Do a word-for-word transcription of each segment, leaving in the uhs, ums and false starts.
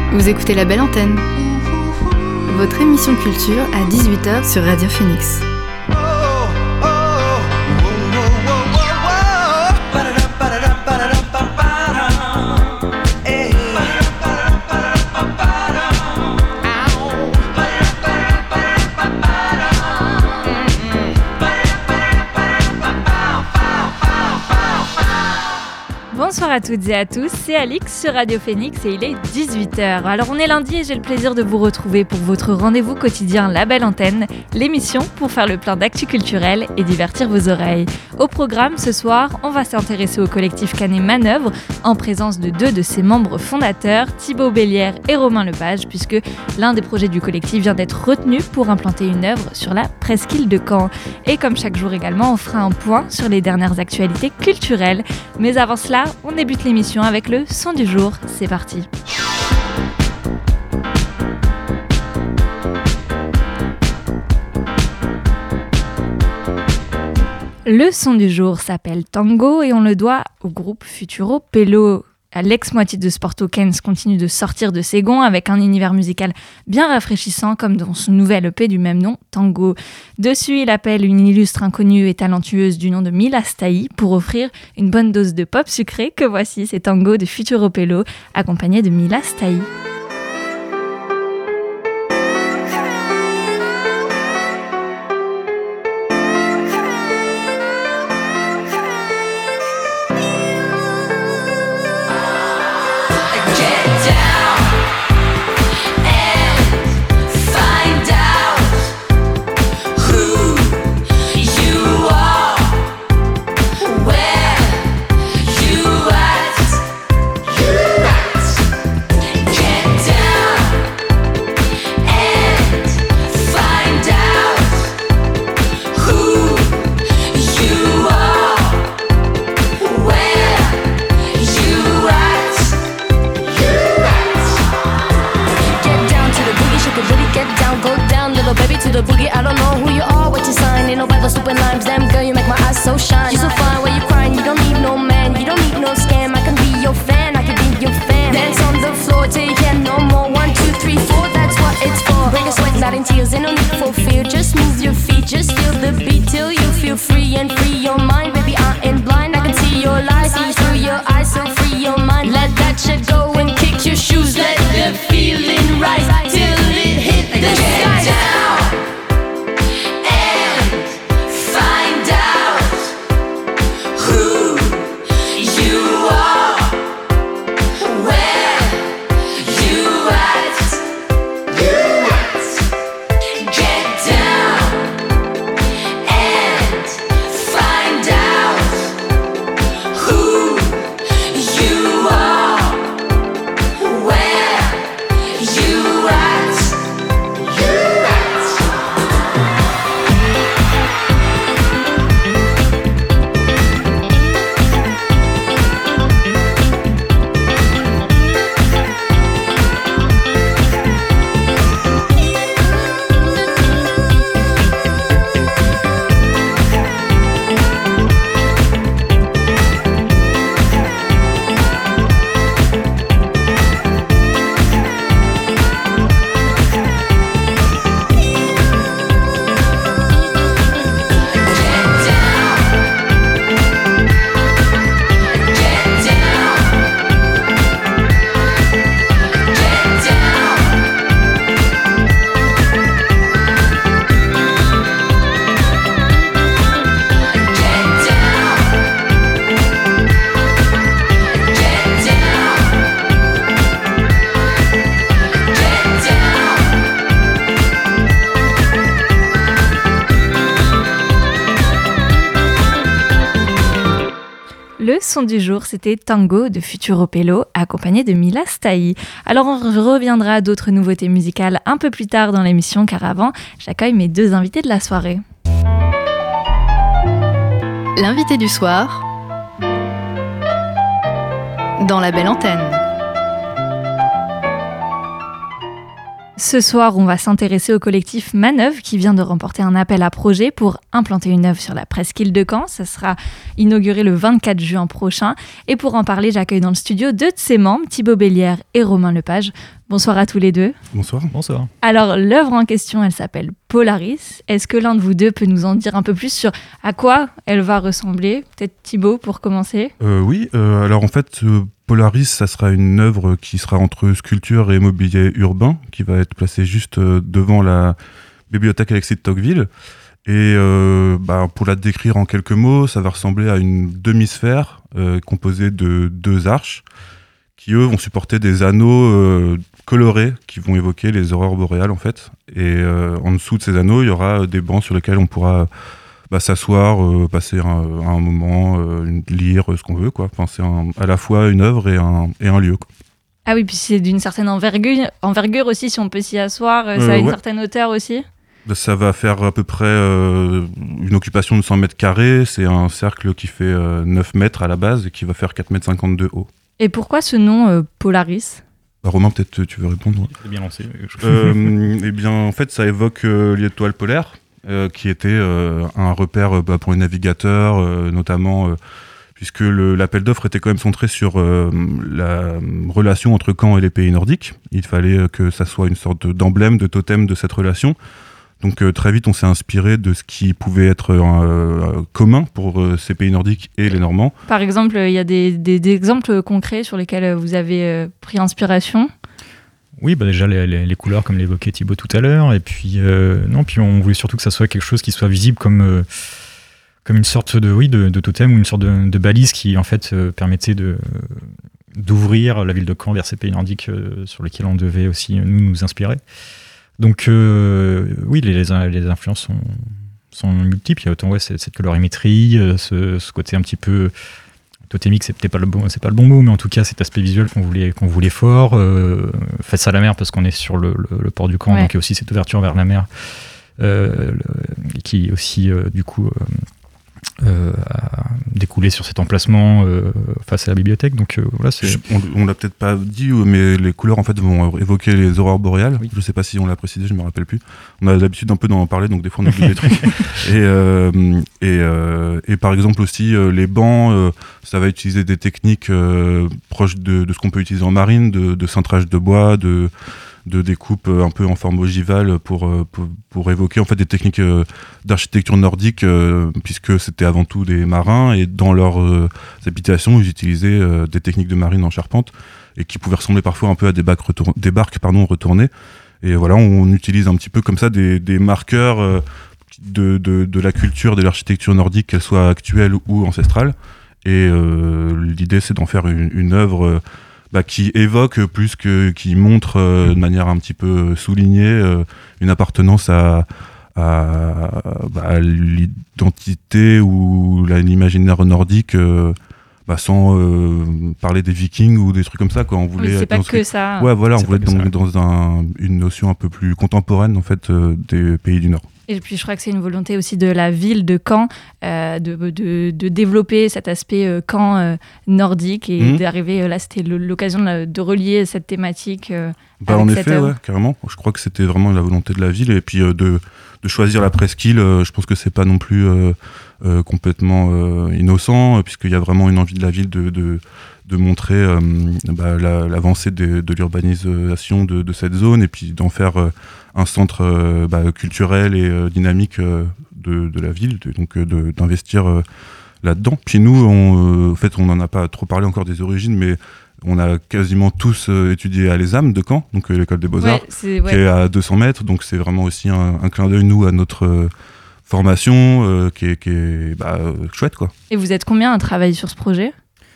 Vous écoutez La Belle Antenne, votre émission culture à dix-huit heures sur Radio Phoenix. Bonsoir à toutes et à tous, c'est Alix sur Radio Phoenix et il est dix-huit heures. Alors on est lundi et j'ai le plaisir de vous retrouver pour votre rendez-vous quotidien La Belle Antenne, l'émission pour faire le plein d'actu culturel et divertir vos oreilles. Au programme ce soir, on va s'intéresser au collectif canet Manœuvre en présence de deux de ses membres fondateurs, Thibaut Bellière et Romain Lepage, puisque l'un des projets du collectif vient d'être retenu pour implanter une œuvre sur la presqu'île de Caen. Et comme chaque jour également, on fera un point sur les dernières actualités culturelles. Mais avant cela, on débute l'émission avec le son du jour. C'est parti. Le son du jour s'appelle Tango et on le doit au groupe Futuro Pelo. L'ex-moitié de Sportokens continue de sortir de ses gonds avec un univers musical bien rafraîchissant comme dans son nouvel E P du même nom, Tango. Dessus, il appelle une illustre inconnue et talentueuse du nom de Mila Stahi pour offrir une bonne dose de pop sucré que voici, c'est Tango de Futuro Pelo accompagné de Mila Stahi. Le son du jour, c'était Tango de Futuro Pelo, accompagné de Mila Stahi. Alors on reviendra à d'autres nouveautés musicales un peu plus tard dans l'émission, car avant, j'accueille mes deux invités de la soirée. L'invité du soir dans La Belle Antenne. Ce soir, on va s'intéresser au collectif Manœuvre qui vient de remporter un appel à projet pour implanter une œuvre sur la presqu'île de Caen. Ça sera inauguré le vingt-quatre juin prochain. Et pour en parler, j'accueille dans le studio deux de ses membres, Thibaut Bellière et Romain Lepage. Bonsoir à tous les deux. Bonsoir. Bonsoir. Alors, l'œuvre en question, elle s'appelle Polaris. Est-ce que l'un de vous deux peut nous en dire un peu plus sur à quoi elle va ressembler ? Peut-être Thibaut pour commencer. Euh, oui, euh, alors en fait, euh, Polaris, ça sera une œuvre qui sera entre sculpture et mobilier urbain, qui va être placée juste euh, devant la bibliothèque Alexis de Tocqueville. Et euh, bah, pour la décrire en quelques mots, ça va ressembler à une demi-sphère euh, composée de deux arches qui, eux, vont supporter des anneaux euh, colorés qui vont évoquer les aurores boréales, en fait. Et euh, en dessous de ces anneaux, il y aura des bancs sur lesquels on pourra bah, s'asseoir, euh, passer un, un moment, euh, lire ce qu'on veut, quoi. Enfin, c'est un, à la fois une œuvre et un, et un lieu, quoi. Ah oui, puis c'est d'une certaine envergure, envergure aussi, si on peut s'y asseoir. Euh, ça Euh, a une ouais. certaine hauteur aussi. Ça va faire à peu près euh, une occupation de cent mètres carrés. C'est un cercle qui fait euh, neuf mètres à la base et qui va faire quatre mètres cinquante de haut. Et pourquoi ce nom euh, Polaris ? Bah, Romain, peut-être tu veux répondre. Ouais. C'est bien lancé. euh, eh bien, en fait, ça évoque euh, l'étoile polaire, euh, qui était euh, un repère euh, bah, pour les navigateurs, euh, notamment... Euh, puisque le, l'appel d'offres était quand même centré sur euh, la relation entre Caen et les pays nordiques. Il fallait que ça soit une sorte d'emblème, de totem de cette relation. Donc euh, très vite, on s'est inspiré de ce qui pouvait être euh, commun pour euh, ces pays nordiques et les Normands. Par exemple, il y a des, des, des exemples concrets sur lesquels vous avez euh, pris inspiration ? Oui, bah déjà les, les, les couleurs, comme l'évoquait Thibaut tout à l'heure. Et puis, euh, non, puis on voulait surtout que ça soit quelque chose qui soit visible comme... Euh, comme une sorte de, oui, de, de totem ou une sorte de, de balise qui en fait euh, permettait de, d'ouvrir la ville de Caen vers ces pays nordiques euh, sur lesquels on devait aussi nous nous inspirer. Donc euh, oui, les, les influences sont, sont multiples. Il y a autant ouais, cette, cette colorimétrie, euh, ce, ce côté un petit peu totémique, c'est peut-être pas le bon, c'est pas le bon mot, mais en tout cas cet aspect visuel qu'on voulait, qu'on voulait fort. Euh, face à la mer parce qu'on est sur le, le, le port du Caen, ouais. Donc il y a aussi cette ouverture vers la mer euh, le, qui est aussi euh, du coup euh, Euh, à découler sur cet emplacement euh, face à la bibliothèque. Donc euh, voilà, c'est... Je, on, on l'a peut-être pas dit, mais les couleurs en fait vont évoquer les aurores boréales. Oui. Je sais pas si on l'a précisé, je me rappelle plus. On a l'habitude un peu d'en parler, donc des fois on oublie des trucs. Et, euh, et, euh, et par exemple aussi euh, les bancs, euh, ça va utiliser des techniques euh, proches de, de ce qu'on peut utiliser en marine, de, de cintrage de bois, de de découpe un peu en forme ogivale pour, pour, pour évoquer en fait des techniques d'architecture nordique euh, puisque c'était avant tout des marins et dans leurs euh, habitations ils utilisaient euh, des techniques de marine en charpente et qui pouvaient ressembler parfois un peu à des, bacs retour- des barques pardon, retournées. Et voilà, on utilise un petit peu comme ça des, des marqueurs euh, de, de, de la culture de l'architecture nordique, qu'elle soit actuelle ou ancestrale. Et euh, l'idée c'est d'en faire une, une œuvre euh, Bah, qui évoque plus que qui montre euh, de manière un petit peu soulignée euh, une appartenance à, à, bah, à l'identité ou à l'imaginaire nordique euh, bah, sans euh, parler des Vikings ou des trucs comme ça quoi. On voulait oui, c'est pas que ce... ça. Ouais, voilà, on c'est voulait être dans, dans un, une notion un peu plus contemporaine en fait euh, des pays du Nord. Et puis je crois que c'est une volonté aussi de la ville de Caen euh, de, de, de développer cet aspect euh, Caen euh, nordique et mmh. d'arriver, euh, là c'était l'occasion de, de relier cette thématique euh, bah, avec en cette effet, œuvre. Ouais, carrément. Je crois que c'était vraiment la volonté de la ville et puis euh, de, de choisir la presqu'île, euh, je pense que c'est pas non plus euh, euh, complètement euh, innocent euh, puisqu'il y a vraiment une envie de la ville de... de de montrer euh, bah, la, l'avancée de, de l'urbanisation de, de cette zone et puis d'en faire euh, un centre euh, bah, culturel et euh, dynamique euh, de, de la ville, de, donc euh, de, d'investir euh, là-dedans. Puis nous, on, euh, en fait, on n'en a pas trop parlé encore des origines, mais on a quasiment tous euh, étudié à l'E S A M de Caen, donc euh, l'école des Beaux-Arts, ouais, c'est, ouais. qui est à deux cents mètres, donc c'est vraiment aussi un, un clin d'œil, nous, à notre... Euh, formation euh, qui est, qui est bah, euh, chouette, quoi. Et vous êtes combien à travailler sur ce projet ?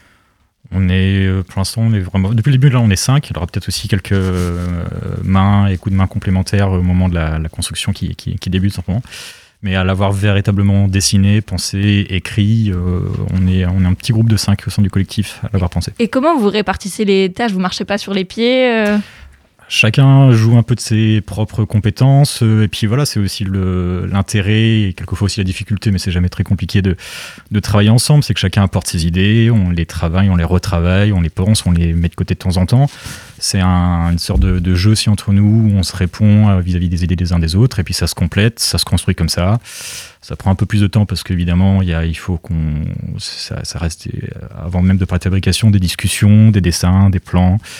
On est, pour l'instant, on est vraiment, depuis le début, là, on est cinq. Il y aura peut-être aussi quelques euh, mains et coups de main complémentaires au moment de la, la construction qui, qui, qui débute en ce moment. Mais à l'avoir véritablement dessiné, pensé, écrit, euh, on, est, on est un petit groupe de cinq au sein du collectif à l'avoir pensé. Et comment vous répartissez les tâches ? Vous marchez pas sur les pieds euh... Chacun joue un peu de ses propres compétences, euh, et puis voilà, c'est aussi le, l'intérêt et quelquefois aussi la difficulté, mais c'est jamais très compliqué de, de travailler ensemble, c'est que chacun apporte ses idées, on les travaille, on les retravaille, on les pense, on les met de côté de temps en temps. C'est un, une sorte de, de jeu aussi entre nous, où on se répond euh, vis-à-vis des idées des uns des autres, et puis ça se complète, ça se construit comme ça. Ça prend un peu plus de temps parce qu'évidemment, il, y a, il faut qu'on... Ça, ça reste, des, avant même de préfabrication, des discussions, des dessins, des plans...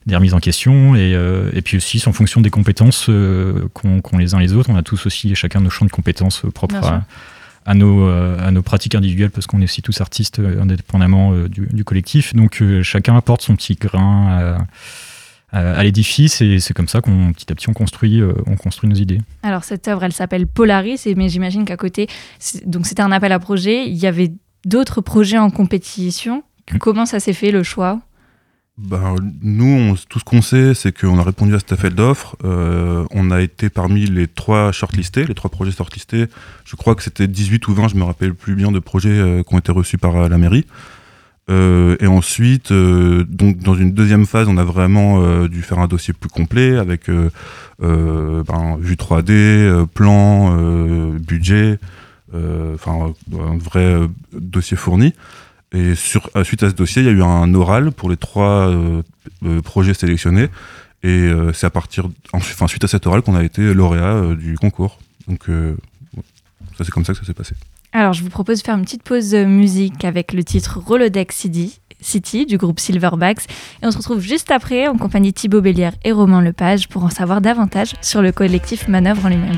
des remises en question, et, euh, et puis aussi en fonction des compétences euh, qu'ont, qu'ont les uns les autres. On a tous aussi chacun nos champs de compétences euh, propres à, à, nos, euh, à nos pratiques individuelles, parce qu'on est aussi tous artistes euh, indépendamment euh, du, du collectif. Donc euh, chacun apporte son petit grain à, à, à l'édifice, et c'est comme ça qu'on petit à petit on construit, euh, on construit nos idées. Alors cette œuvre, elle s'appelle Polaris, et, mais j'imagine qu'à côté, c'est, donc c'était un appel à projet, il y avait d'autres projets en compétition. Mmh. Comment ça s'est fait, le choix ? Ben, nous, on, tout ce qu'on sait, c'est qu'on a répondu à cet appel d'offres. Euh, on a été parmi les trois shortlistés, les trois projets shortlistés. Je crois que c'était dix-huit ou vingt, je me rappelle plus bien, de projets euh, qui ont été reçus par euh, la mairie. Euh, et ensuite, euh, donc dans une deuxième phase, on a vraiment euh, dû faire un dossier plus complet avec euh, euh, ben, vue trois D, euh, plan, euh, budget, enfin euh, un vrai euh, dossier fourni. Et sur, suite à ce dossier, il y a eu un oral pour les trois euh, euh, projets sélectionnés. Et euh, c'est à partir, enfin, suite à cet oral qu'on a été lauréat euh, du concours. Donc, euh, ça, c'est comme ça que ça s'est passé. Alors, je vous propose de faire une petite pause musique avec le titre Rolodex City, City du groupe Silverbacks. Et on se retrouve juste après en compagnie de Thibaut Bélière et Romain Lepage pour en savoir davantage sur le collectif Manœuvre en lui-même.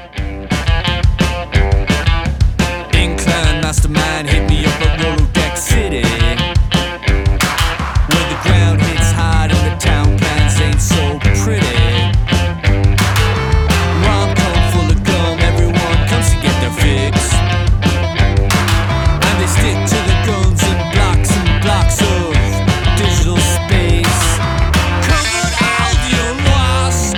Incline mastermind hit me up at Rolodex City, where the ground hits hard and the town plans ain't so pretty. Rom-com full of gum, everyone comes to get their fix, and they stick to the guns and blocks and blocks of digital space. Covered audio lost.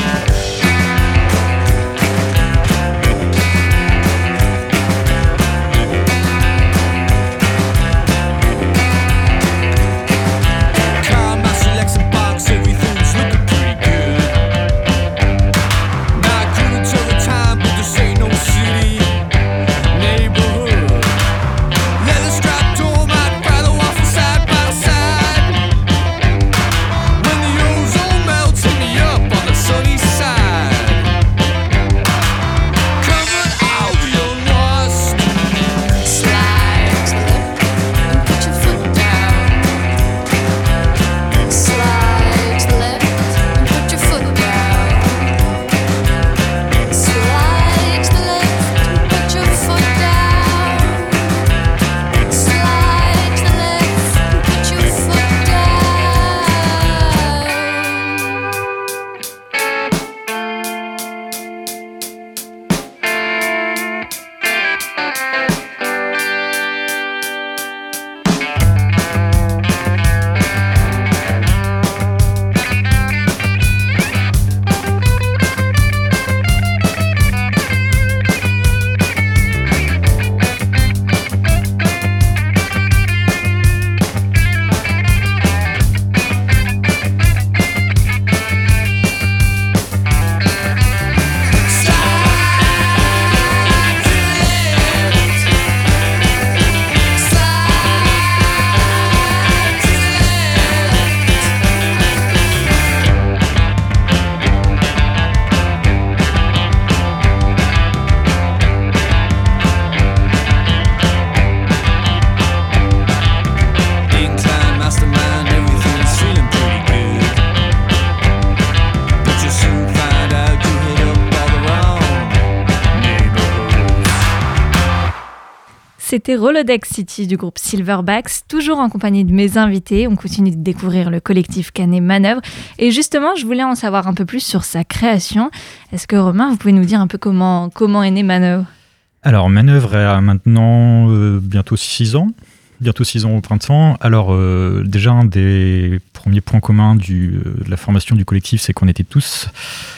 C'était Rolodex City du groupe Silverbacks, toujours en compagnie de mes invités. On continue de découvrir le collectif canet Manœuvre. Et justement, je voulais en savoir un peu plus sur sa création. Est-ce que Romain, vous pouvez nous dire un peu comment, comment est née Manœuvre ? Alors, Manœuvre a maintenant euh, bientôt six ans. Bientôt six ans au printemps. Alors, euh, déjà, un des premiers points communs du, euh, de la formation du collectif, c'est qu'on était tous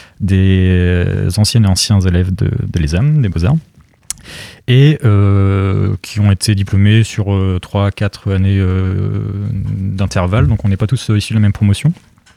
des anciennes et anciens élèves de, de l'E S A M, des Beaux-Arts, et euh, qui ont été diplômés sur euh, trois à quatre années euh, d'intervalle, donc on n'est pas tous issus de la même promotion.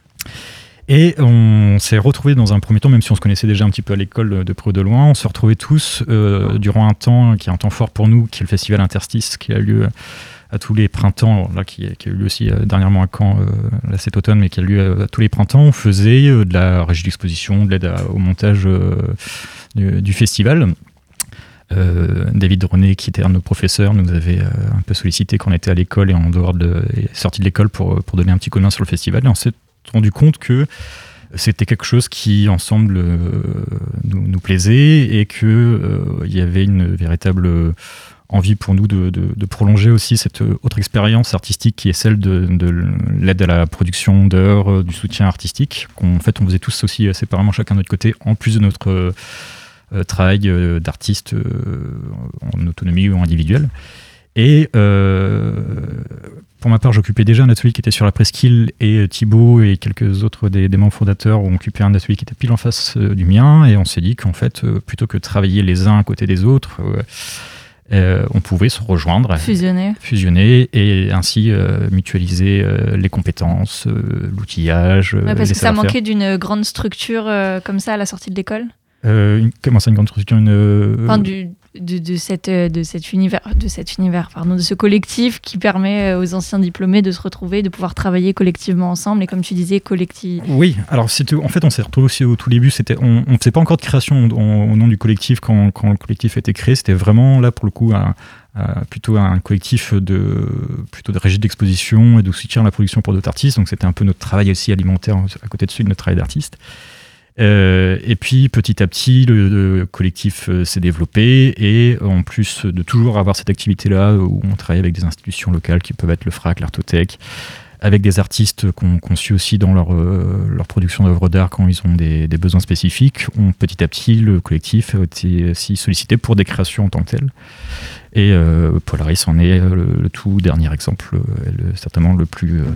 Et on s'est retrouvés dans un premier temps, même si on se connaissait déjà un petit peu à l'école de près ou de loin, on s'est retrouvés tous euh, durant un temps qui est un temps fort pour nous, qui est le festival Interstice, qui a lieu à tous les printemps, là, qui, qui a eu lieu aussi euh, dernièrement à Caen, euh, là cet automne, mais qui a lieu à, à tous les printemps. On faisait euh, de la régie d'exposition, de l'aide à, au montage euh, du, du festival. Euh, David René, qui était un de nos professeurs, nous avait euh, un peu sollicité quand on était à l'école et en dehors de et sorti de l'école pour, pour donner un petit coup de main sur le festival. Et on s'est rendu compte que c'était quelque chose qui, ensemble, euh, nous, nous plaisait et qu'il euh, y avait une véritable envie pour nous de, de, de prolonger aussi cette autre expérience artistique qui est celle de, de l'aide à la production d'heures, du soutien artistique. En fait, on faisait tous aussi séparément, chacun de notre côté, en plus de notre euh, travail euh, d'artiste euh, en autonomie ou individuel. Et euh, pour ma part, j'occupais déjà un atelier qui était sur la presqu'île et Thibaut et quelques autres des, des membres fondateurs ont occupé un atelier qui était pile en face euh, du mien. Et on s'est dit qu'en fait, euh, plutôt que de travailler les uns à côté des autres, euh, euh, on pouvait se rejoindre, fusionner, fusionner et ainsi euh, mutualiser euh, les compétences, euh, l'outillage. Ouais, parce les que ça manquait d'une grande structure euh, comme ça à la sortie de l'école. Euh, une, comment ça, une grande structure une, euh... Enfin, du, de, de, cette, de, cet univers, de cet univers, pardon, de ce collectif qui permet aux anciens diplômés de se retrouver, de pouvoir travailler collectivement ensemble et, comme tu disais, collectif. Oui, alors c'était, en fait, on s'est retrouvés aussi au tout début. C'était, on ne faisait pas encore de création au, au nom du collectif quand, quand le collectif a été créé. C'était vraiment là, pour le coup, un, un, plutôt un collectif de, plutôt de régie d'exposition et de soutien à la production pour d'autres artistes. Donc c'était un peu notre travail aussi alimentaire à côté de celui de notre travail d'artiste. Euh, et puis petit à petit le, le collectif euh, s'est développé et en plus de toujours avoir cette activité là où on travaille avec des institutions locales qui peuvent être le F R A C, l'Artothèque, avec des artistes qu'on, qu'on suit aussi dans leur, euh, leur production d'œuvres d'art quand ils ont des, des besoins spécifiques, on, petit à petit le collectif a été aussi sollicité pour des créations en tant que telles. Et euh, Polaris en est le, le tout dernier exemple, le, certainement le plus, euh,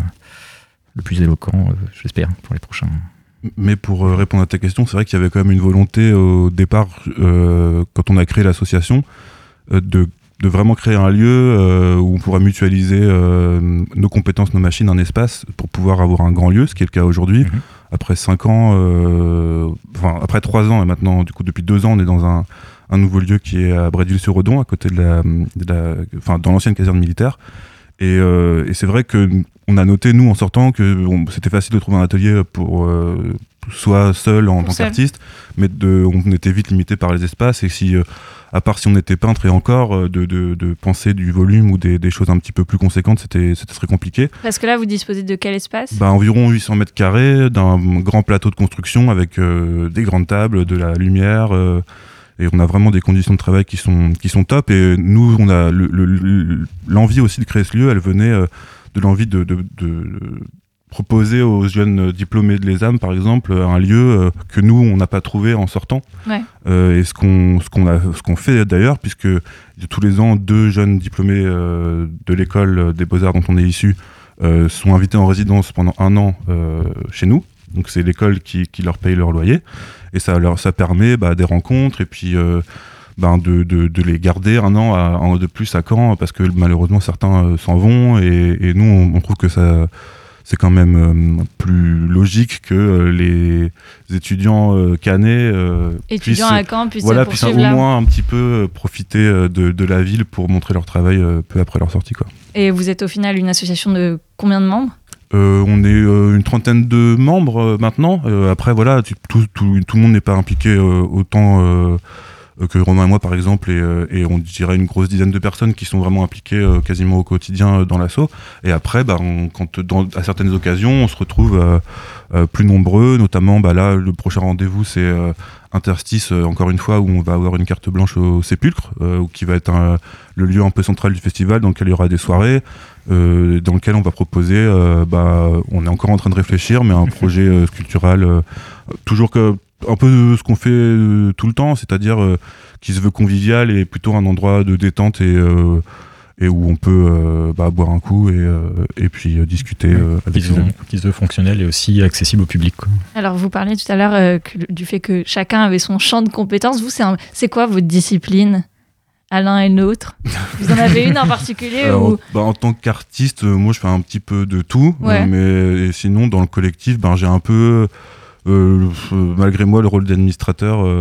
le plus éloquent, euh, j'espère, pour les prochains. Mais pour euh, répondre à ta question, c'est vrai qu'il y avait quand même une volonté au départ, euh, quand on a créé l'association, euh, de, de vraiment créer un lieu euh, où on pourra mutualiser euh, nos compétences, nos machines, un espace pour pouvoir avoir un grand lieu, ce qui est le cas aujourd'hui. Mmh. Après cinq ans, euh, enfin après trois ans et maintenant, du coup depuis deux ans, on est dans un, un nouveau lieu qui est à Brédville-sur-Redon, à côté de la, de la, enfin dans l'ancienne caserne militaire. Et, euh, et c'est vrai que on a noté, nous, en sortant, que bon, c'était facile de trouver un atelier pour euh, soit seul en tant qu'artiste, mais de, on était vite limité par les espaces. Et si, euh, à part si on était peintre et encore, de, de, de penser du volume ou des, des choses un petit peu plus conséquentes, c'était, c'était très compliqué. Parce que là, vous disposez de quel espace ? Bah, environ huit cents mètres carrés, d'un grand plateau de construction avec euh, des grandes tables, de la lumière. Euh, Et on a vraiment des conditions de travail qui sont, qui sont top. Et nous, on a le, le, l'envie aussi de créer ce lieu, elle venait euh, de l'envie de, de, de proposer aux jeunes diplômés de l'E S A M, par exemple, un lieu euh, que nous, on n'a pas trouvé en sortant. Ouais. Euh, et ce qu'on, ce, qu'on a, ce qu'on fait d'ailleurs, puisque tous les ans, deux jeunes diplômés euh, de l'école des Beaux-Arts dont on est issu euh, sont invités en résidence pendant un an euh, chez nous. Donc c'est l'école qui, qui leur paye leur loyer. Et ça, leur, ça permet bah, des rencontres et puis euh, bah, de, de, de les garder un an à, un de plus à Caen, parce que malheureusement certains euh, s'en vont et, et nous on, on trouve que ça, c'est quand même euh, plus logique que euh, les étudiants euh, cannais euh, étudiants puissent, à Caen puissent, voilà, puissent au là. moins un petit peu euh, profiter euh, de, de la ville pour montrer leur travail euh, peu après leur sortie, quoi. Et vous êtes au final une association de combien de membres ? Euh, on est euh, une trentaine de membres euh, maintenant. Euh, après, voilà, tu, tout, tout, tout le monde n'est pas impliqué euh, autant euh, que Romain et moi, par exemple, et, euh, et on dirait une grosse dizaine de personnes qui sont vraiment impliquées euh, quasiment au quotidien euh, dans l'asso. Et après, bah, on, quand, dans, à certaines occasions, on se retrouve euh, euh, plus nombreux, notamment bah, là, le prochain rendez-vous, c'est euh, Interstice, euh, encore une fois, où on va avoir une carte blanche au, au Sépulcre, euh, qui va être un, le lieu un peu central du festival, dans lequel il y aura des soirées. Euh, dans lequel on va proposer, euh, bah, on est encore en train de réfléchir, mais un projet euh, sculptural, euh, toujours que, un peu de ce qu'on fait euh, tout le temps, c'est-à-dire euh, qui se veut convivial et plutôt un endroit de détente et, euh, et où on peut euh, bah, boire un coup et, euh, et puis euh, discuter euh, avec les amis. Qui se veut fonctionnel et aussi accessible au public, quoi. Alors vous parliez tout à l'heure euh, que, du fait que chacun avait son champ de compétences. Vous, c'est, un, c'est quoi votre discipline ? À l'un et l'autre. Vous en avez une en particulier Alors, ou... bah, en tant qu'artiste, euh, moi je fais un petit peu de tout, ouais. euh, mais et sinon dans le collectif, ben, j'ai un peu, euh, euh, malgré moi, le rôle d'administrateur, euh,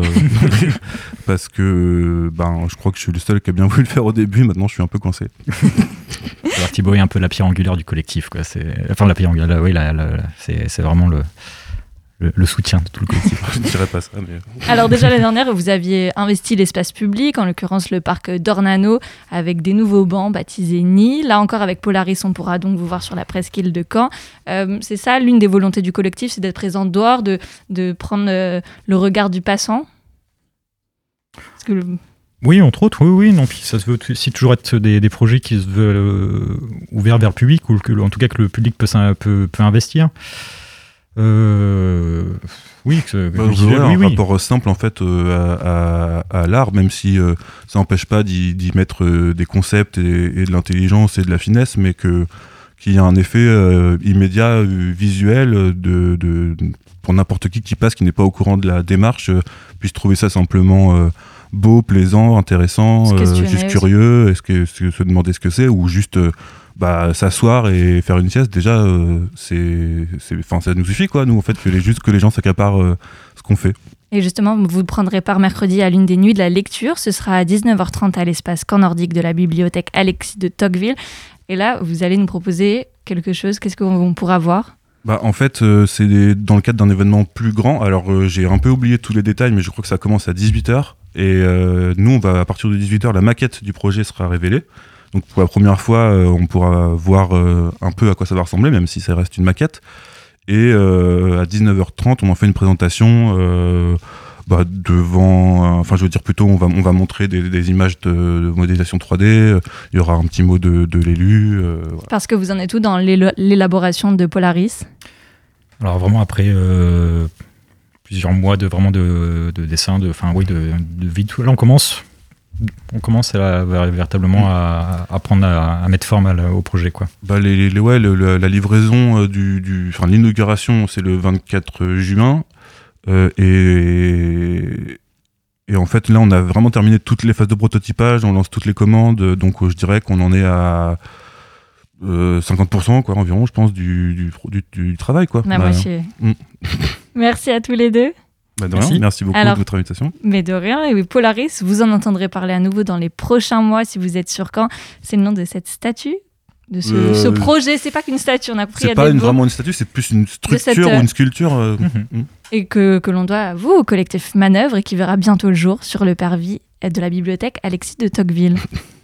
parce que ben, je crois que je suis le seul qui a bien voulu le faire au début, maintenant je suis un peu coincé. Alors Thibaut est un peu la pierre angulaire du collectif, quoi. C'est... Enfin la pierre angulaire, oui, la, la, la, c'est, c'est vraiment le... le, le soutien de tout le collectif. Je ne dirais pas ça, mais... Alors déjà l'année dernière, vous aviez investi l'espace public, en l'occurrence le parc d'Ornano, avec des nouveaux bancs baptisés Nid. Là encore, avec Polaris, on pourra donc vous voir sur la presqu'île de Caen. Euh, c'est ça, l'une des volontés du collectif, c'est d'être présent dehors, de, de prendre euh, le regard du passant. Parce que le... Oui, entre autres, oui, oui. Non, puis ça se veut aussi toujours être des, des projets qui se veulent euh, ouverts vers le public, ou que, en tout cas que le public peut, peut, peut investir. Euh, oui, que, bah, que visuel, oui, un oui. rapport simple en fait euh, à, à, à l'art, même si euh, ça n'empêche pas d'y, d'y mettre euh, des concepts et, et de l'intelligence et de la finesse, mais que qu'il y a un effet euh, immédiat euh, visuel de, de pour n'importe qui qui passe, qui n'est pas au courant de la démarche, euh, puisse trouver ça simplement euh, beau, plaisant, intéressant, euh, juste curieux, est-ce que, est-ce que se demander ce que c'est, ou juste euh, bah, s'asseoir et faire une sieste. Déjà, euh, c'est, c'est, enfin, ça nous suffit, quoi, nous, en fait, que les, juste que les gens s'accaparent euh, ce qu'on fait. Et justement, vous prendrez part mercredi à l'une des nuits de la lecture. Ce sera à dix-neuf heures trente à l'espace Camp Nordique de la bibliothèque Alexis de Tocqueville. Et là, vous allez nous proposer quelque chose. Qu'est-ce qu'on pourra voir ? Bah, en fait, euh, c'est des, dans le cadre d'un événement plus grand. Alors, euh, j'ai un peu oublié tous les détails, mais je crois que ça commence à dix-huit heures. Et euh, nous, on va, à partir de dix-huit heures, la maquette du projet sera révélée. Donc, pour la première fois, euh, on pourra voir euh, un peu à quoi ça va ressembler, même si ça reste une maquette. Et euh, à dix-neuf heures trente, on en fait une présentation euh, bah, devant... Enfin, euh, je veux dire, plutôt, on va, on va montrer des, des images de, de modélisation trois D. Il y aura un petit mot de, de l'élu. Euh, voilà. Parce que vous en êtes où dans l'élaboration de Polaris ? Alors, vraiment, après... Euh... plusieurs mois de vraiment de, de dessin, de, enfin oui, de, de vie. Là, on commence, on commence à, véritablement à, à prendre, à, à mettre forme à, au projet, quoi. Bah les, les ouais, le, le, la livraison euh, du, du, enfin l'inauguration, c'est le vingt-quatre juin, euh, et et en fait là, on a vraiment terminé toutes les phases de prototypage, on lance toutes les commandes, donc euh, je dirais qu'on en est à Euh, cinquante pour cent quoi, environ, je pense, du, du, du, du travail, quoi. La bah, moitié. Mm. Merci à tous les deux. Bah de Merci. rien, merci beaucoup. Alors, de votre invitation. Mais de rien. Et Polaris, vous en entendrez parler à nouveau dans les prochains mois si vous êtes sur Caen. C'est le nom de cette statue, de ce, euh, ce projet. C'est pas qu'une statue, on a compris. C'est pas une, vraiment une statue, c'est plus une structure cette, euh... ou une sculpture. Euh... Mm-hmm. Et que, que l'on doit à vous, au collectif Manœuvre, et qui verra bientôt le jour sur le parvis de la bibliothèque Alexis de Tocqueville.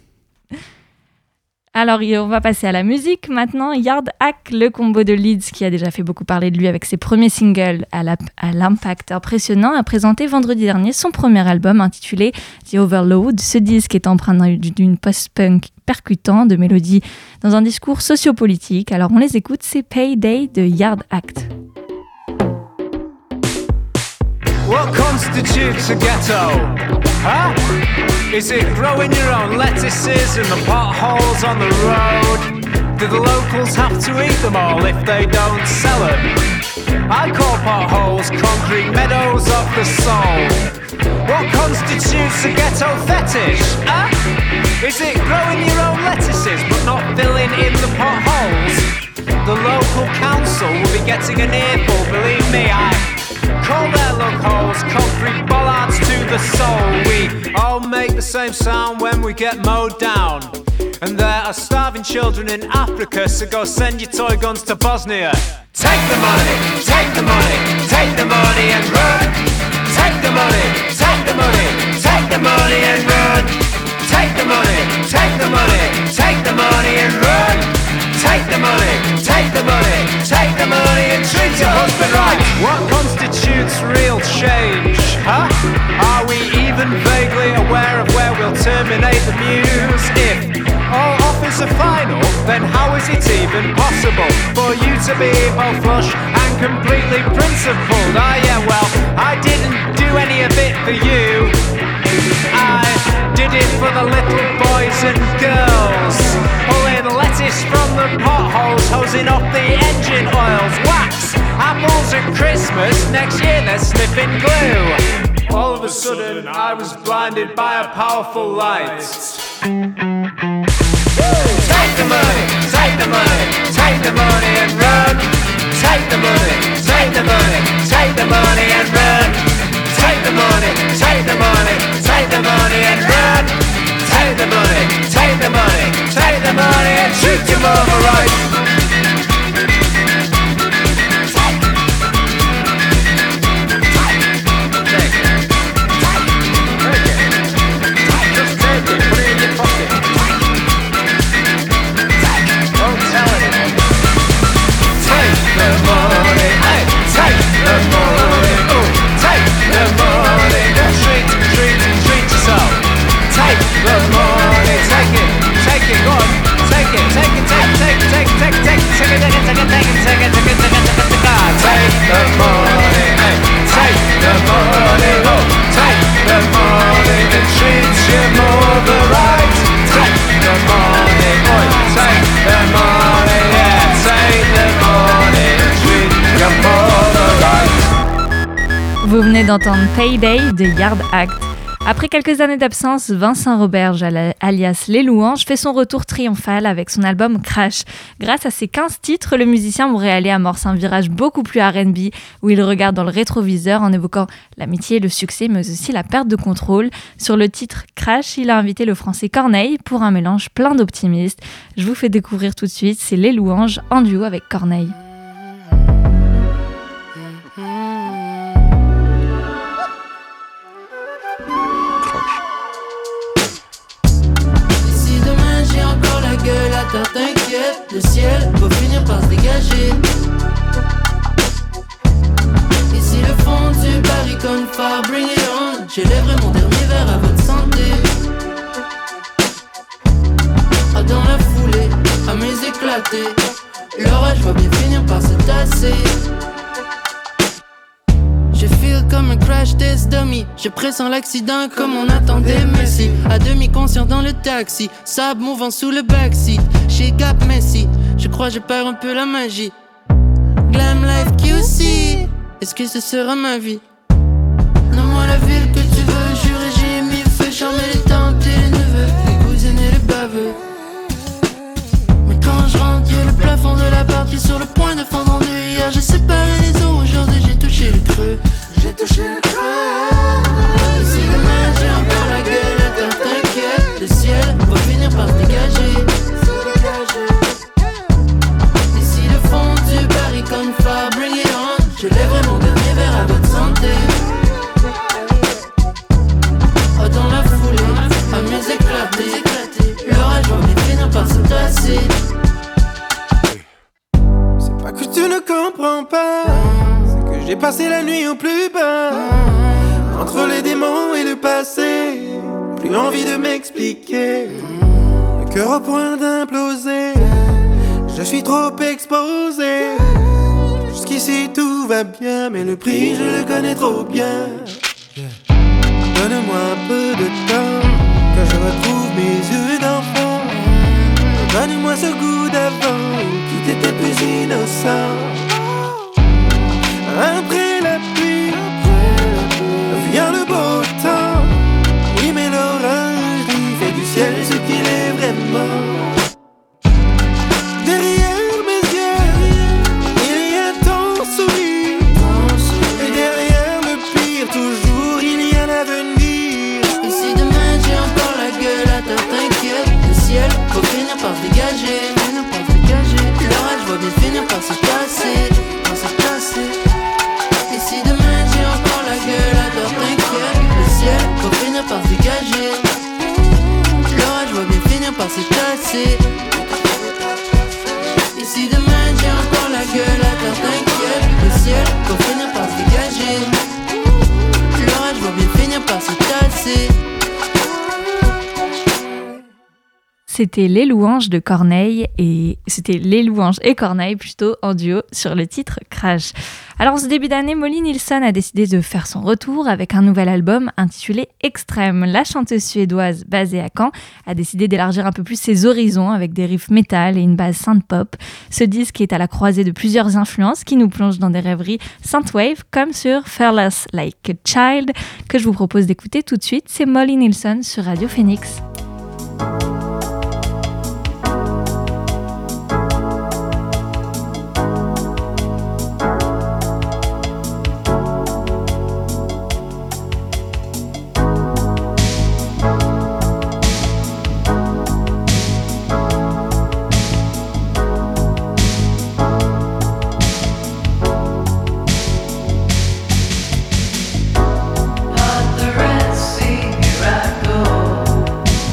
Alors, on va passer à la musique maintenant. Yard Act, le combo de Leeds, qui a déjà fait beaucoup parler de lui avec ses premiers singles à, la, à l'impact impressionnant, a présenté vendredi dernier son premier album intitulé The Overload. Ce disque est empreint d'une post-punk percutant de mélodies dans un discours sociopolitique. Alors, on les écoute, c'est Payday de Yard Act. What constitutes a ghetto? Huh? Is it growing your own lettuces in the potholes on the road? Do the locals have to eat them all if they don't sell them? I call potholes concrete meadows of the soul. What constitutes a ghetto fetish? Huh? Is it growing your own lettuces but not filling in the potholes? The local council will be getting an earful, believe me, I call their loopholes concrete bollards to the soul. We all make the same sound when we get mowed down. And there are starving children in Africa, so go send your toy guns to Bosnia. Take the money, take the money, take the money and run. Take the money, take the money, take the money and run. Take the money, take the money, take the money and run. Take the money, take the money, take the money and treat your husband right. What constitutes real change, huh? Are we even vaguely aware of where we'll terminate the muse? If all offers are final, then how is it even possible for you to be both flush and completely principled? Ah yeah, well, I didn't do any of it for you. I did it for the little boys and girls, pulling lettuce from the potholes, hosing off the engine oils. Wax, apples at Christmas, next year they're sniffing glue. All of a sudden I was blinded by a powerful light. Take the money, take the money, take the money and run. Take the money, take the money, take the money and run. Take the money, take the money, take the money and run. Take the money, take the money, take the money and treat your mama right. Vous venez d'entendre Payday de Yard Act. Après quelques années d'absence, Vincent Roberge, alias Les Louanges, fait son retour triomphal avec son album Crash. Grâce à ses quinze titres, le musicien montréalais amorce un virage beaucoup plus R and B, où il regarde dans le rétroviseur en évoquant l'amitié, le succès, mais aussi la perte de contrôle. Sur le titre Crash, il a invité le français Corneille pour un mélange plein d'optimisme. Je vous fais découvrir tout de suite, c'est Les Louanges en duo avec Corneille. T'inquiète, le ciel va finir par se dégager. Et si le fond du barricade fire, bring it on. J'élèverai mon dernier verre à votre santé. Ah, dans la foulée, à mes éclatés, l'orage va bien finir par se tasser. Je feel comme un crash test dummy. Je pressens l'accident comme on attendait Messi. À demi conscient dans le taxi, sable mouvant sous le backseat. Chez Gap Messi, je crois je perds un peu la magie. Glam life Q C, est-ce que ce sera ma vie? Donne-moi la ville que tu veux, juré j'ai mis le feu. Charmer les tantes et les neveux, les cousines et les baveux. Mais quand je rentre, y'a le plafond de la barre qui est sur le point de fendre en deux. Hier j'ai séparé les eaux, aujourd'hui j'ai touché le creux. J'ai touché le creux. Et si demain j'ai encore la gueule, attends t'inquiète, le ciel va finir par se dégager. Et si le fond du barricade fire, bring it on. Je lèverai mon dernier verre à votre santé. Oh, dans la foulée, à mes éclatés, l'orage va bien finir par se tasser. C'est pas que tu ne comprends pas, c'est que j'ai passé la nuit au plus bas. Entre les démons et le passé, plus envie de m'expliquer. Le cœur au point d'imploser, je suis trop exposé. Jusqu'ici tout va bien, mais le prix je le connais trop bien. Donne-moi un peu de temps, que je retrouve mes yeux d'enfant. Donne-moi ce goût d'avant, tout était plus innocent. Après la pluie, vient le beau temps. Oui mais l'orage, il fait du ciel ce qu'il est vraiment. Derrière mes yeux, il y a ton sourire. Et derrière le pire, toujours il y a l'avenir. Et si demain j'ai encore la gueule, attends t'inquiète, le ciel va finir par se dégager. L'orage va bien finir par se tasser, par se tasser. Et si demain j'ai encore la gueule, attends t'inquiète, le ciel va finir par se dégager. L'orage va bien finir par se tasser. Et si demain j'ai encore la gueule, attends t'inquiète, le ciel va finir par se dégager. L'orage va bien finir par se tasser. C'était Les Louanges de Corneille et c'était Les Louanges et Corneille plutôt en duo sur le titre Crash. Alors en ce début d'année, Molly Nilsson a décidé de faire son retour avec un nouvel album intitulé Extrême. La chanteuse suédoise basée à Caen a décidé d'élargir un peu plus ses horizons avec des riffs métal et une base synth-pop. Ce disque est à la croisée de plusieurs influences qui nous plongent dans des rêveries synthwave comme sur Fearless Like a Child que je vous propose d'écouter tout de suite. C'est Molly Nilsson sur Radio Phoenix. At the Red Sea, here I go.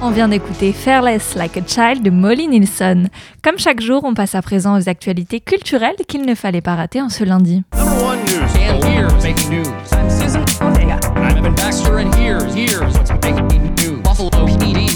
On vient d'écouter Fearless Like a Child de Molly Nilsson. Comme chaque jour, on passe à présent aux actualités culturelles qu'il ne fallait pas rater en ce lundi. Number one news. And here's making news. I'm Evan Baxter and here's here's what's making news. Buffalo P D's.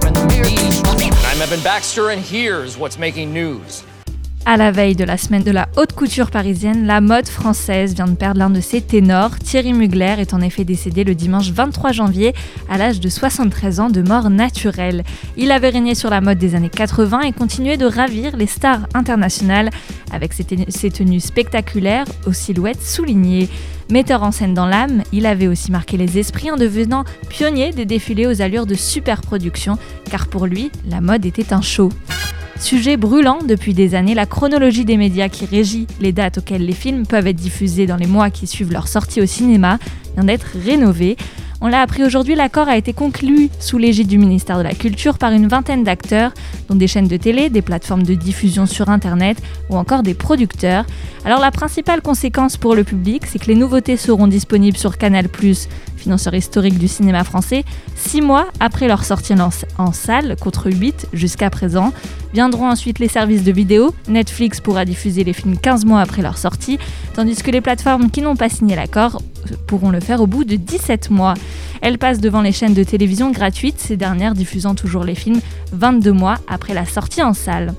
I'm Evan Baxter and here's what's making news. À la veille de la semaine de la haute couture parisienne, la mode française vient de perdre l'un de ses ténors. Thierry Mugler est en effet décédé le dimanche vingt-trois janvier à l'âge de soixante-treize ans de mort naturelle. Il avait régné sur la mode des années quatre-vingts et continuait de ravir les stars internationales avec ses, ten- ses tenues spectaculaires aux silhouettes soulignées. Metteur en scène dans l'âme, il avait aussi marqué les esprits en devenant pionnier des défilés aux allures de super-production, car pour lui, la mode était un show. Sujet brûlant depuis des années, la chronologie des médias qui régit les dates auxquelles les films peuvent être diffusés dans les mois qui suivent leur sortie au cinéma vient d'être rénovée. On l'a appris aujourd'hui, l'accord a été conclu sous l'égide du ministère de la Culture par une vingtaine d'acteurs, dont des chaînes de télé, des plateformes de diffusion sur Internet ou encore des producteurs. Alors la principale conséquence pour le public, c'est que les nouveautés seront disponibles sur Canal plus, financeur historique du cinéma français, six mois après leur sortie en, en salle, contre huit jusqu'à présent. Viendront ensuite les services de vidéo. Netflix pourra diffuser les films quinze mois après leur sortie, tandis que les plateformes qui n'ont pas signé l'accord pourront le faire au bout de dix-sept mois. Elles passent devant les chaînes de télévision gratuites, ces dernières diffusant toujours les films vingt-deux mois après la sortie en salle.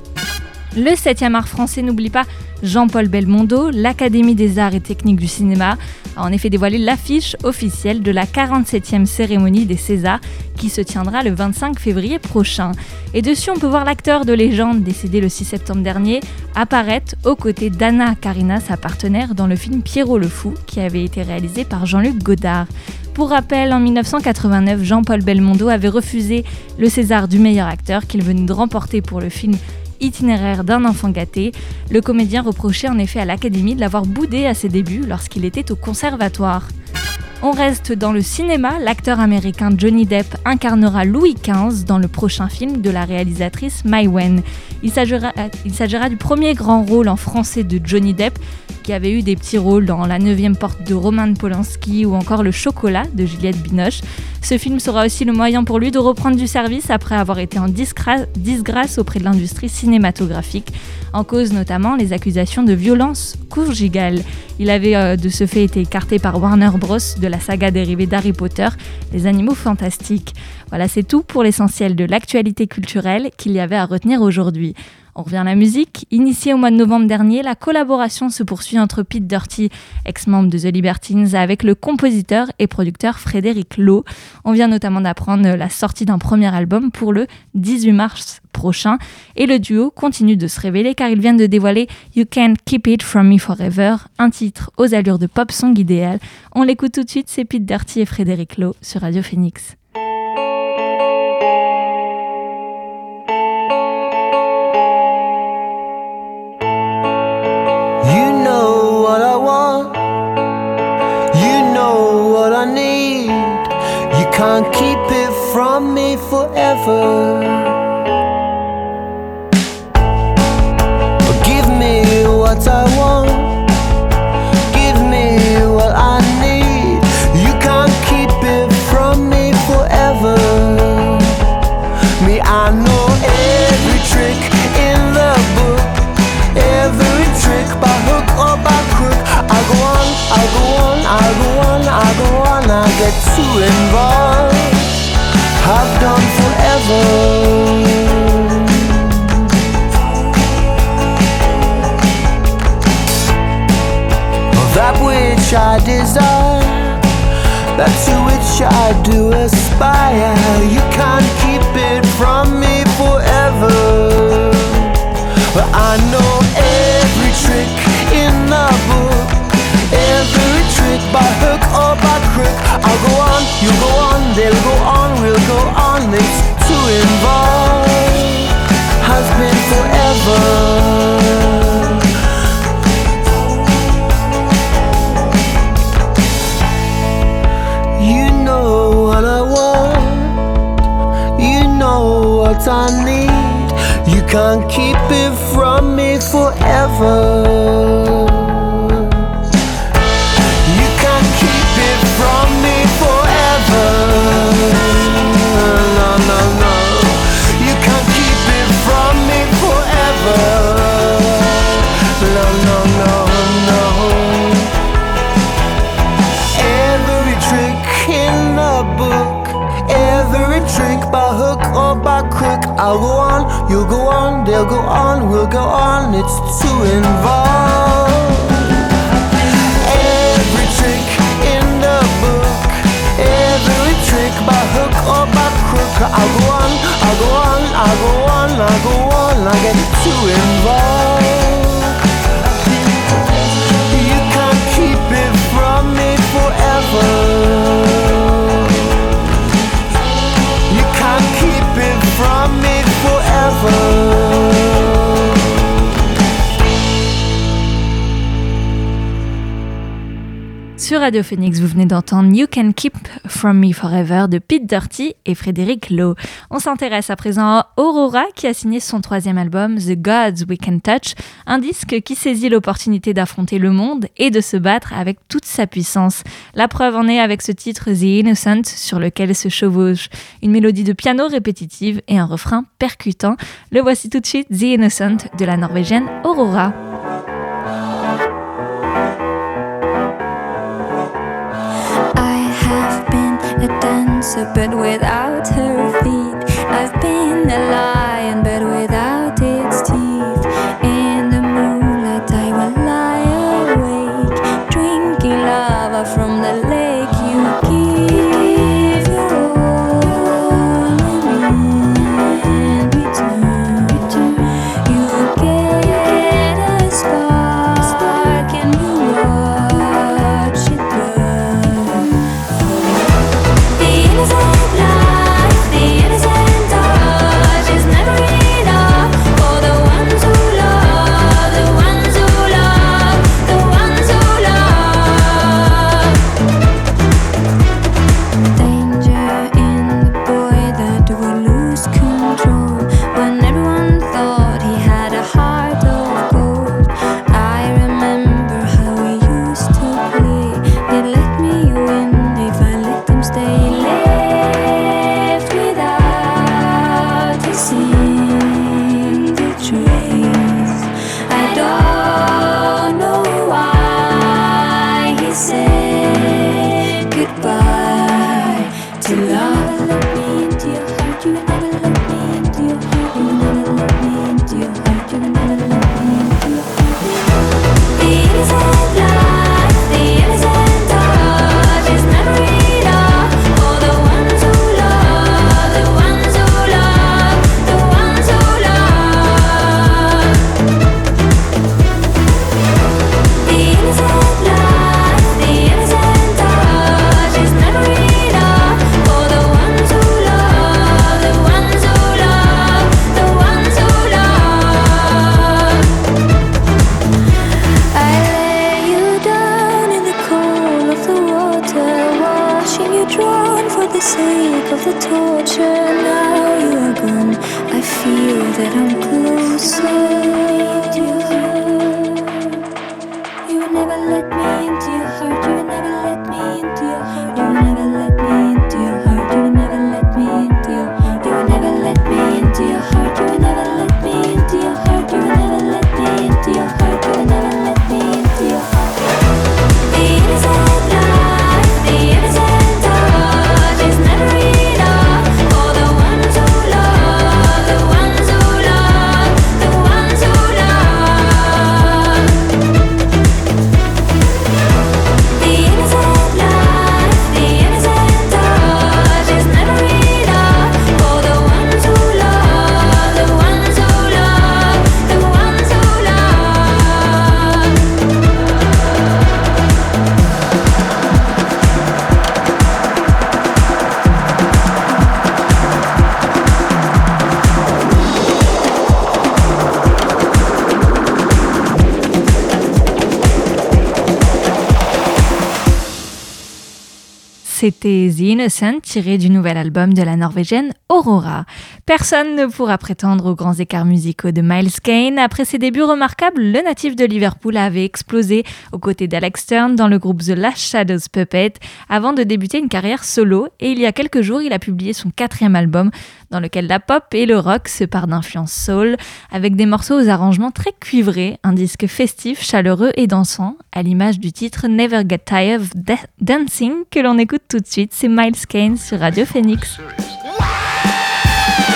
Le septième art français n'oublie pas Jean-Paul Belmondo. L'Académie des arts et techniques du cinéma a en effet dévoilé l'affiche officielle de la quarante-septième cérémonie des Césars qui se tiendra le vingt-cinq février prochain. Et dessus, on peut voir l'acteur de légende décédé le six septembre dernier apparaître aux côtés d'Anna Karina, sa partenaire, dans le film Pierrot le Fou qui avait été réalisé par Jean-Luc Godard. Pour rappel, en dix-neuf cent quatre-vingt-neuf, Jean-Paul Belmondo avait refusé le César du meilleur acteur qu'il venait de remporter pour le film Itinéraire d'un enfant gâté. Le comédien reprochait en effet à l'Académie de l'avoir boudé à ses débuts lorsqu'il était au conservatoire. On reste dans le cinéma, l'acteur américain Johnny Depp incarnera Louis quinze dans le prochain film de la réalisatrice Mai Wen. Il s'agira, il s'agira du premier grand rôle en français de Johnny Depp, qui avait eu des petits rôles dans La neuvième porte de Roman Polanski ou encore Le Chocolat de Juliette Binoche. Ce film sera aussi le moyen pour lui de reprendre du service après avoir été en disgra- disgrâce auprès de l'industrie cinématographique, en cause notamment les accusations de violence conjugale. Il avait euh, de ce fait été écarté par Warner Bros. De la saga dérivée d'Harry Potter, Les Animaux Fantastiques. Voilà, c'est tout pour l'essentiel de l'actualité culturelle qu'il y avait à retenir aujourd'hui. On revient à la musique. Initiée au mois de novembre dernier, la collaboration se poursuit entre Pete Doherty, ex-membre de The Libertines, avec le compositeur et producteur Frédéric Lowe. On vient notamment d'apprendre la sortie d'un premier album pour le dix-huit mars prochain. Et le duo continue de se révéler car ils viennent de dévoiler You Can't Keep It From Me Forever, un titre aux allures de pop song idéal. On l'écoute tout de suite, c'est Pete Doherty et Frédéric Lowe sur Radio Phoenix. Can't keep it from me forever. Give me what I want. Give me what I need. You can't keep it from me forever. Me, I know every trick in the book, every trick by hook or by crook. I go on, I go on, I go on, I go on. I get too involved. I've done forever. That which I desire, that to which I do aspire, you can't keep it from me forever. But I know every trick in the book, every trick by hook or by crook. I'll go on, you go on, they'll go on, we'll go on. It's too involved, has been forever. You know what I want, you know what I need. You can't keep it from me forever. From me forever. No, no, no. or by crook. I'll go on, you'll go on, they'll go on, we'll go on. It's too involved. Every trick in the book, every trick by hook or by crook. I'll go on, I'll go on, I'll go on, I'll go on. I get too involved. You can't keep it from me forever. You can't keep it from me forever. Sur Radio Phoenix, vous venez d'entendre You Can Keep From Me Forever de Pete Doherty et Frédéric Lowe. On s'intéresse à présent à Aurora qui a signé son troisième album The Gods We Can Touch, un disque qui saisit l'opportunité d'affronter le monde et de se battre avec toute sa puissance. La preuve en est avec ce titre The Innocent sur lequel se chevauche une mélodie de piano répétitive et un refrain percutant. Le voici tout de suite, The Innocent de la norvégienne Aurora. A dancer but without her feet. I've been a lion but without its teeth. In the moonlight I will lie awake, drinking lava from the lake. You give your all and in return you get a spark and you watch it burn. The innocent life, the innocent touch is never enough for the ones who love, the ones who love, the ones who love. Danger in the boy that will lose control when everyone thought he had a heart of gold. I remember how we used to play. He'd let me win if I let him stay. Left without a single trace. I don't know why he said goodbye to love. You never let me into your heart. You never let me into your heart. You never let me into your heart. You never let me into your heart. The innocent life, the innocent touch is never enough for the ones who love, the ones who love, the ones who love. The innocent life, the innocent touch is never enough for the ones who love, the ones who love, the ones who love. I lay you down in the cold of the water, watching you drown for the sake of the torture. Now you are gone, I feel that I'm closer to your heart. You would never let me into your heart. You would never let me into your heart. You would never let me into your heart. You would never let me into your heart. You would never let me into your heart. You would never let me into your heart. You would never let me into your heart. You would never let me into your heart. The innocent life, the innocent touch is never enough for the ones who love, the ones who love, the ones who love. The innocent life, the innocent touch is never enough for the ones who love, the ones who love, the ones who love. C'était The Innocent, tiré du nouvel album de la norvégienne Aurora. Personne ne pourra prétendre aux grands écarts musicaux de Miles Kane. Après ses débuts remarquables, le natif de Liverpool avait explosé aux côtés d'Alex Turner dans le groupe The Last Shadows Puppet avant de débuter une carrière solo. Et il y a quelques jours, il a publié son quatrième album dans lequel la pop et le rock se partent d'influence soul, avec des morceaux aux arrangements très cuivrés, un disque festif, chaleureux et dansant, à l'image du titre Never Get Tired of Da- Dancing que l'on écoute tout de suite. C'est Miles Kane sur Radio Phoenix. Serious.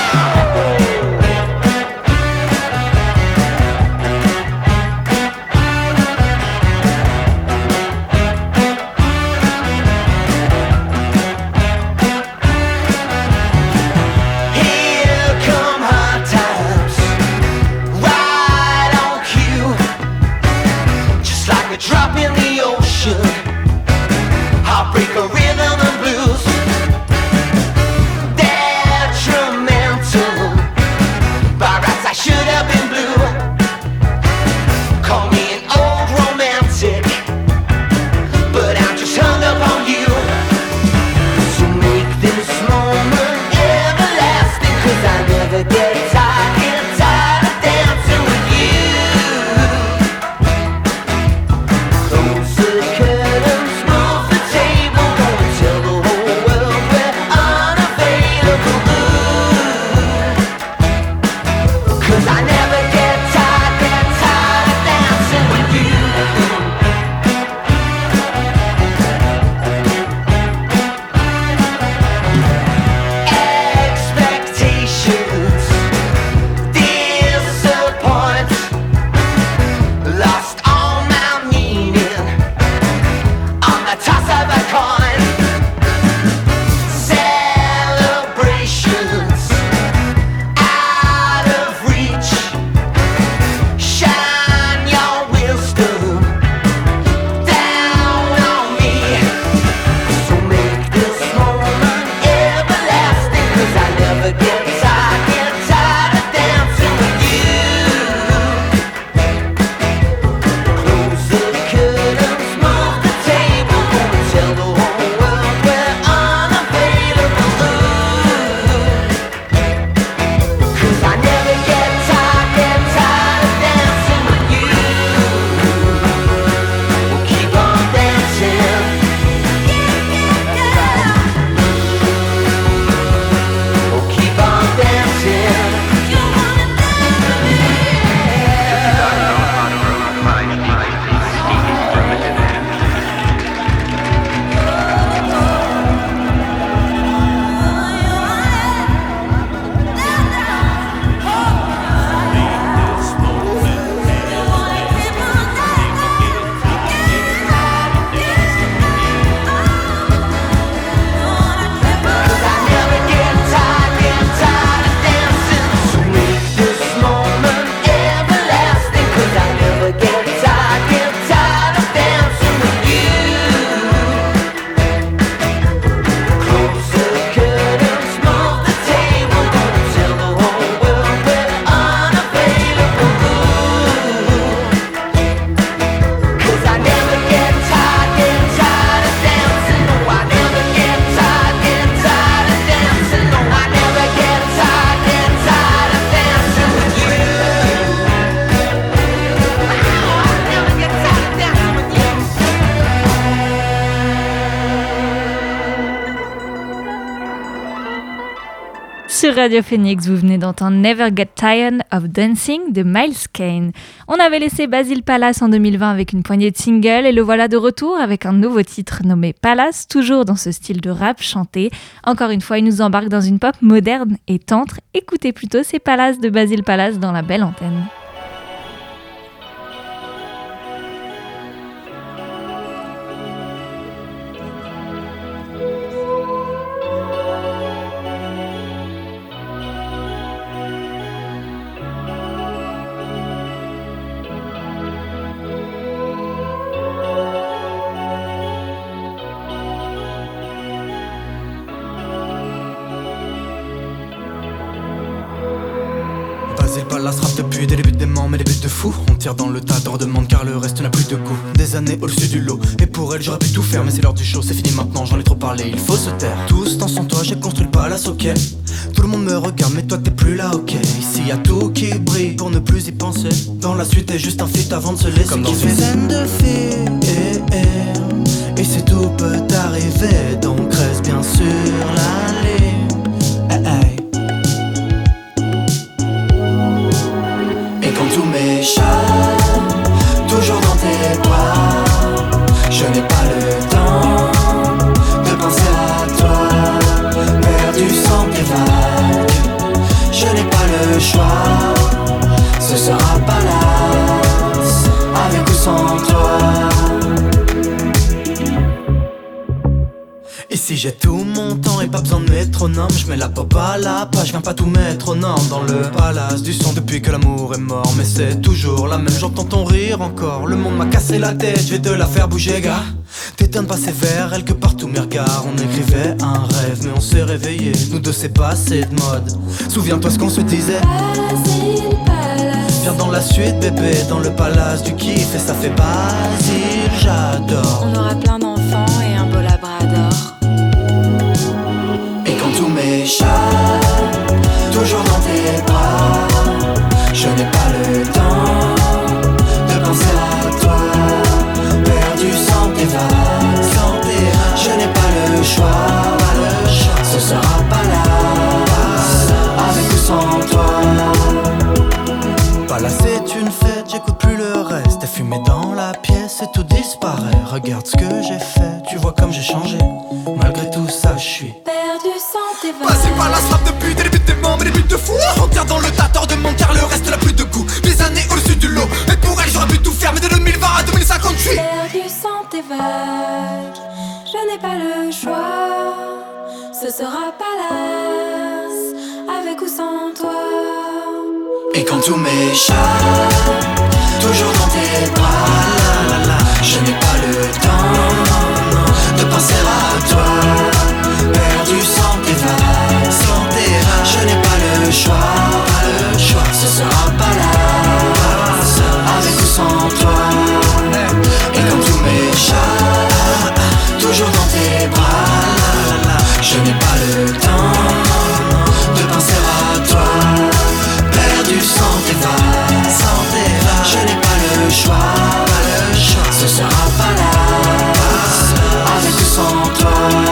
Sur Radio Phoenix, vous venez d'entendre Never Get Tired of Dancing de Miles Kane. On avait laissé Basil Palace en deux mille vingt avec une poignée de singles et le voilà de retour avec un nouveau titre nommé Palace, toujours dans ce style de rap chanté. Encore une fois, il nous embarque dans une pop moderne et tendre. Écoutez plutôt ces Palace de Basil Palace dans la belle antenne. Palace rap depuis des débuts déments mais des buts de fou. On tire dans le tas, on demande car le reste n'a plus de goût. Des années au-dessus du lot, et pour elle j'aurais pu tout faire. Mais c'est l'heure du show, c'est fini maintenant, j'en ai trop parlé, il faut se taire. Tous dans son toit, j'ai construit le palace, ok. Tout le monde me regarde mais toi t'es plus là, ok. Ici y'a tout qui brille pour ne plus y penser. Dans la suite est juste un feat avant de se laisser comme kiffer. Dans une scène de film, eh, eh. Et c'est tout peut arriver, donc reste bien sur la ligne, eh, eh. Tout m'échappe, toujours dans tes bras. Je n'ai pas le temps de penser à toi, perdu sans tes vagues. Je n'ai pas le choix, ce sera Palace, avec ou sans toi. Ici j'ai tout mon temps et pas besoin de métronome. Je mets la pop à la page, viens pas tout mettre aux normes. Dans le palace du son depuis que l'amour est mort. Mais c'est toujours la même, j'entends ton rire encore. Le monde m'a cassé la tête, je vais te la faire bouger gars. T'éteins de passer vers elle que partout mes regards. On écrivait un rêve mais on s'est réveillé. Nous deux c'est passé de mode. Souviens-toi ce qu'on se disait. Viens dans la suite bébé, dans le palace du kiff. Et ça fait Basil, j'adore. On aura plein d'enfants et un beau labrador. Tout m'échappe, toujours dans tes bras. Je n'ai pas le temps de penser à toi, perdu sans tes vagues, sans tes vagues. Je n'ai pas le choix, pas le choix. Ce sera Palace, avec ou sans toi. Palace c'est une fête, j'écoute plus le reste. T'es fumé dans la pièce et tout disparaît. Regarde ce que j'ai fait, tu vois comme j'ai changé. Malgré tout ça, je suis perdu sans tes vagues. Passé par la rap depuis des débuts déments, mais des buts de fou. On tire dans le tas, de demande car le reste n'a plus de goût. Des années au-dessus du lot, et pour elle j'aurais pu tout faire. Mais de deux mille vingt à deux mille cinquante, je suis perdu sans tes vagues. Je n'ai pas le choix, ce sera Palace, avec ou sans toi. Et quand tout m'échappe, toujours dans tes bras, la, la, la. Je n'ai pas le temps de penser à toi, perdu sans tes vagues, sans tes vagues. Je n'ai pas le choix, pas le choix. Ce sera Palace, avec ou sans toi. Et quand tout m'échappe, toujours dans tes bras, la, la, la. Je n'ai pas le temps de penser à toi, perdu sans tes vagues, sans tes vagues. Je n'ai pas le choix, pas le choix. Ce sera Palace, avec ou sans toi.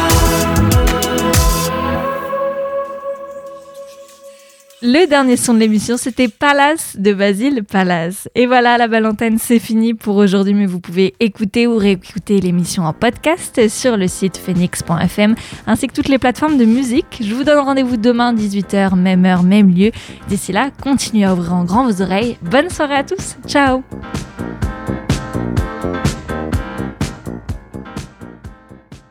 Le dernier son de l'émission, c'était Palace de Basil Palace. Et voilà, la belle antenne, c'est fini pour aujourd'hui, mais vous pouvez écouter ou réécouter l'émission en podcast sur le site phoenix point f m ainsi que toutes les plateformes de musique. Je vous donne rendez-vous demain, dix-huit heures, même heure, même lieu. D'ici là, continuez à ouvrir en grand vos oreilles. Bonne soirée à tous, ciao!